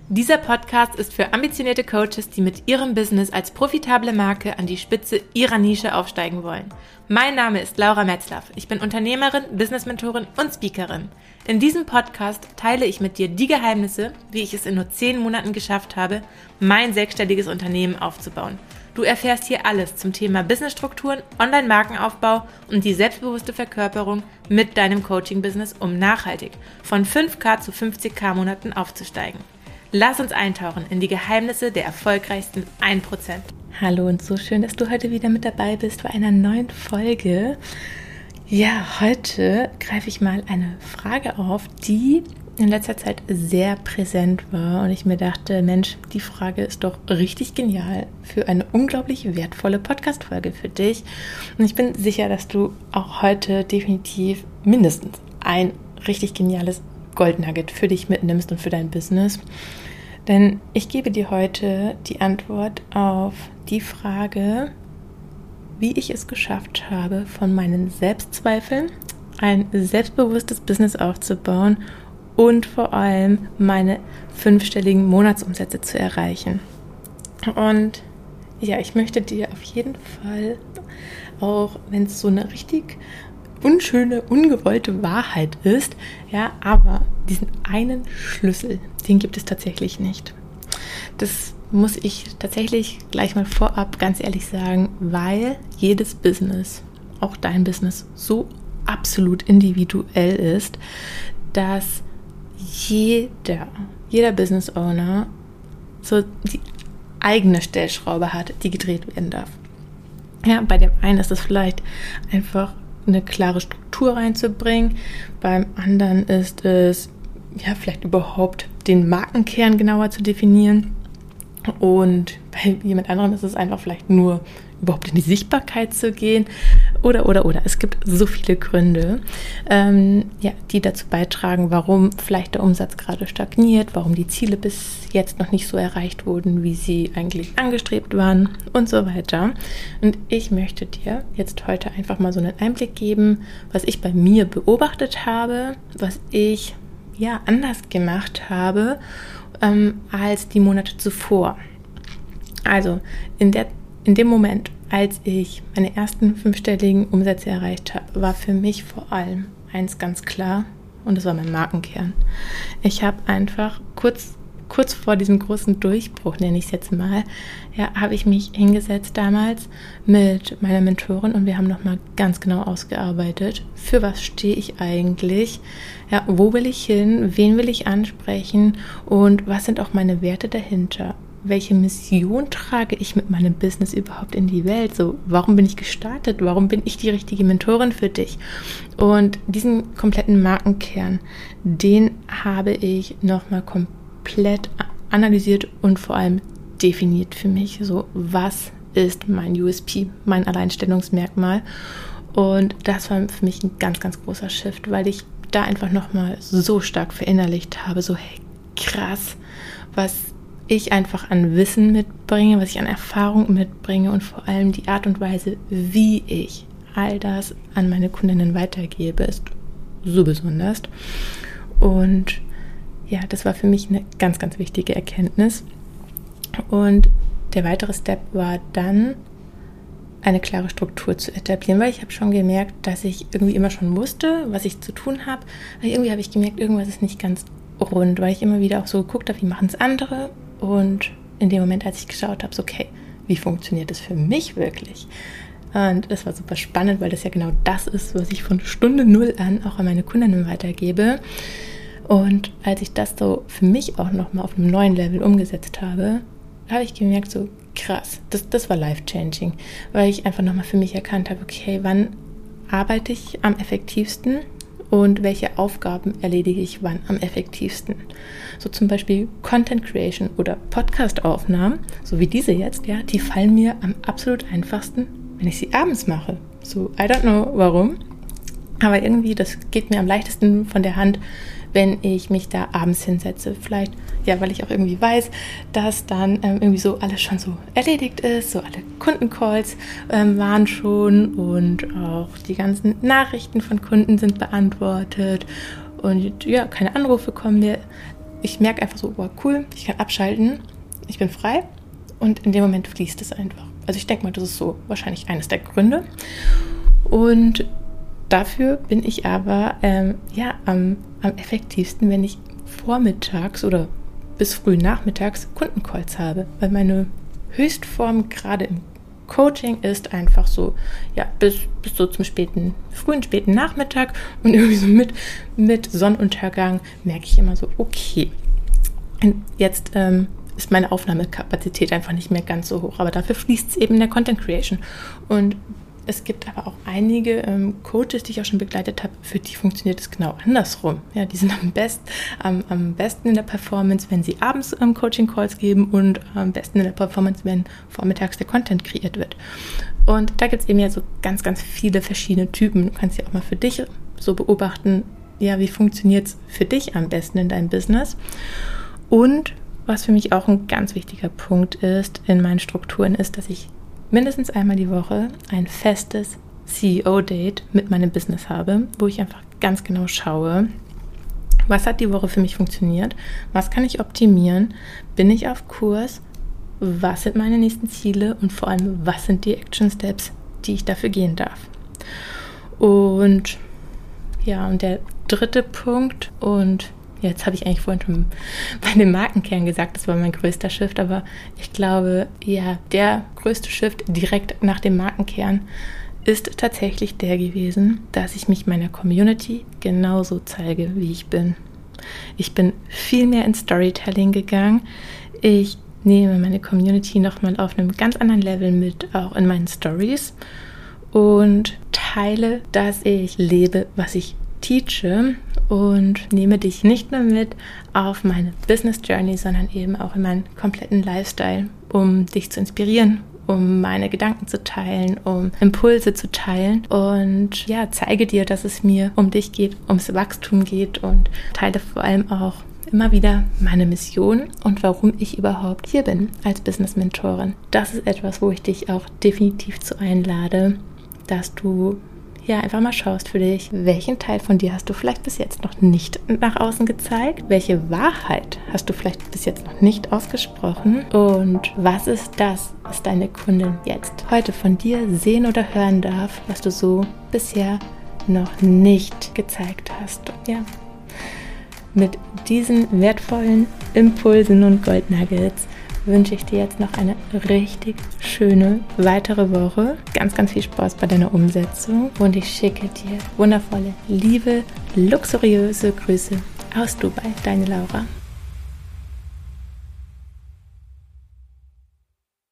Dieser Podcast ist für ambitionierte Coaches, die mit ihrem Business als profitable Marke an die Spitze ihrer Nische aufsteigen wollen. Mein Name ist Laura Metzlaff. Ich bin Unternehmerin, Business-Mentorin und Speakerin. In diesem Podcast teile ich mit dir die Geheimnisse, wie ich es in nur 10 Monaten geschafft habe, mein sechsstelliges Unternehmen aufzubauen. Du erfährst hier alles zum Thema Businessstrukturen, Online-Markenaufbau und die selbstbewusste Verkörperung mit deinem Coaching-Business, um nachhaltig von 5K zu 50K Monaten aufzusteigen. Lass uns eintauchen in die Geheimnisse der erfolgreichsten 1%. Hallo und so schön, dass du heute wieder mit dabei bist bei einer neuen Folge. Ja, heute greife ich mal eine Frage auf, die in letzter Zeit sehr präsent war und ich mir dachte, Mensch, die Frage ist doch richtig genial für eine unglaublich wertvolle Podcast-Folge für dich. Und ich bin sicher, dass du auch heute definitiv mindestens ein richtig geniales Goldnugget für dich mitnimmst und für dein Business. Denn ich gebe dir heute die Antwort auf die Frage, wie ich es geschafft habe, von meinen Selbstzweifeln ein selbstbewusstes Business aufzubauen und vor allem meine 5-stelligen Monatsumsätze zu erreichen. Und ja, ich möchte dir auf jeden Fall, auch wenn es so eine richtig unschöne, ungewollte Wahrheit ist, ja, aber diesen einen Schlüssel, den gibt es tatsächlich nicht. Das muss ich tatsächlich gleich mal vorab ganz ehrlich sagen, weil jedes Business, auch dein Business, so absolut individuell ist, dass jeder Business Owner so die eigene Stellschraube hat, die gedreht werden darf. Ja, bei dem einen ist es vielleicht einfach eine klare Struktur reinzubringen, beim anderen ist es ja vielleicht überhaupt den Markenkern genauer zu definieren und bei jemand anderem ist es einfach vielleicht nur überhaupt in die Sichtbarkeit zu gehen oder. Es gibt so viele Gründe, die dazu beitragen, warum vielleicht der Umsatz gerade stagniert, warum die Ziele bis jetzt noch nicht so erreicht wurden, wie sie eigentlich angestrebt waren und so weiter. Und ich möchte dir jetzt heute einfach mal so einen Einblick geben, was ich bei mir beobachtet habe, was ich anders gemacht habe als die Monate zuvor. Also in dem Moment, als ich meine ersten 5-stelligen Umsätze erreicht habe, war für mich vor allem eins ganz klar und das war mein Markenkern. Ich habe einfach kurz vor diesem großen Durchbruch, nenne ich es jetzt mal, habe ich mich hingesetzt damals mit meiner Mentorin und wir haben nochmal ganz genau ausgearbeitet, für was stehe ich eigentlich, wo will ich hin, wen will ich ansprechen und was sind auch meine Werte dahinter. Welche Mission trage ich mit meinem Business überhaupt in die Welt? So, warum bin ich gestartet? Warum bin ich die richtige Mentorin für dich? Und diesen kompletten Markenkern, den habe ich nochmal komplett analysiert und vor allem definiert für mich. So, was ist mein USP, mein Alleinstellungsmerkmal? Und das war für mich ein ganz, ganz großer Shift, weil ich da einfach nochmal so stark verinnerlicht habe. So, hey, krass, was ich einfach an Wissen mitbringe, was ich an Erfahrung mitbringe und vor allem die Art und Weise, wie ich all das an meine Kundinnen weitergebe, ist so besonders. Und ja, das war für mich eine ganz, ganz wichtige Erkenntnis. Und der weitere Step war dann, eine klare Struktur zu etablieren, weil ich habe schon gemerkt, dass ich irgendwie immer schon wusste, was ich zu tun habe. Aber irgendwie habe ich gemerkt, irgendwas ist nicht ganz rund, weil ich immer wieder auch so geguckt habe, wie machen es andere. Und in dem Moment, als ich geschaut habe, so okay, wie funktioniert das für mich wirklich? Und das war super spannend, weil das ja genau das ist, was ich von Stunde 0 an auch an meine Kundinnen weitergebe. Und als ich das so für mich auch nochmal auf einem neuen Level umgesetzt habe, habe ich gemerkt, so krass, das war life-changing, weil ich einfach nochmal für mich erkannt habe, okay, wann arbeite ich am effektivsten? Und welche Aufgaben erledige ich wann am effektivsten. So zum Beispiel Content Creation oder Podcast-Aufnahmen, so wie diese jetzt, die fallen mir am absolut einfachsten, wenn ich sie abends mache. So, I don't know warum, aber irgendwie, das geht mir am leichtesten von der Hand, wenn ich mich da abends hinsetze. Vielleicht, weil ich auch irgendwie weiß, dass dann irgendwie so alles schon so erledigt ist, so alle Kundencalls waren schon und auch die ganzen Nachrichten von Kunden sind beantwortet und keine Anrufe kommen mehr. ich merke einfach so, wow, cool, ich kann abschalten, ich bin frei und in dem Moment fließt es einfach. Also ich denke mal, das ist so wahrscheinlich eines der Gründe. Und dafür bin ich aber am effektivsten, wenn ich vormittags oder bis früh nachmittags Kundencalls habe, weil meine Höchstform gerade im Coaching ist einfach so, bis so zum frühen, späten Nachmittag und irgendwie so mit Sonnenuntergang merke ich immer so, okay, jetzt ist meine Aufnahmekapazität einfach nicht mehr ganz so hoch, aber dafür fließt es eben in der Content Creation. Und es gibt aber auch einige Coaches, die ich auch schon begleitet habe, für die funktioniert es genau andersrum. Ja, die sind am besten in der Performance, wenn sie abends Coaching-Calls geben und am besten in der Performance, wenn vormittags der Content kreiert wird. Und da gibt es eben ja so ganz, ganz viele verschiedene Typen. Du kannst ja auch mal für dich so beobachten, wie funktioniert es für dich am besten in deinem Business. Und was für mich auch ein ganz wichtiger Punkt ist in meinen Strukturen, ist, dass ich mindestens einmal die Woche ein festes CEO-Date mit meinem Business habe, wo ich einfach ganz genau schaue, was hat die Woche für mich funktioniert, was kann ich optimieren, bin ich auf Kurs, was sind meine nächsten Ziele und vor allem, was sind die Action Steps, die ich dafür gehen darf. Und der dritte Punkt, und jetzt habe ich eigentlich vorhin schon bei dem Markenkern gesagt, das war mein größter Shift, aber ich glaube, der größte Shift direkt nach dem Markenkern ist tatsächlich der gewesen, dass ich mich meiner Community genauso zeige, wie ich bin. Ich bin viel mehr ins Storytelling gegangen. Ich nehme meine Community nochmal auf einem ganz anderen Level mit, auch in meinen Stories, und teile, dass ich lebe, was ich teache, und nehme dich nicht nur mit auf meine Business Journey, sondern eben auch in meinen kompletten Lifestyle, um dich zu inspirieren, um meine Gedanken zu teilen, um Impulse zu teilen und zeige dir, dass es mir um dich geht, ums Wachstum geht, und teile vor allem auch immer wieder meine Mission und warum ich überhaupt hier bin als Business-Mentorin. Das ist etwas, wo ich dich auch definitiv zu einlade, dass du einfach mal schaust für dich, welchen Teil von dir hast du vielleicht bis jetzt noch nicht nach außen gezeigt, welche Wahrheit hast du vielleicht bis jetzt noch nicht ausgesprochen und was ist das, was deine Kundin jetzt heute von dir sehen oder hören darf, was du so bisher noch nicht gezeigt hast. Mit diesen wertvollen Impulsen und Goldnuggets wünsche ich dir jetzt noch eine richtig schöne weitere Woche. Ganz, ganz viel Spaß bei deiner Umsetzung und ich schicke dir wundervolle, liebe, luxuriöse Grüße aus Dubai. Deine Laura.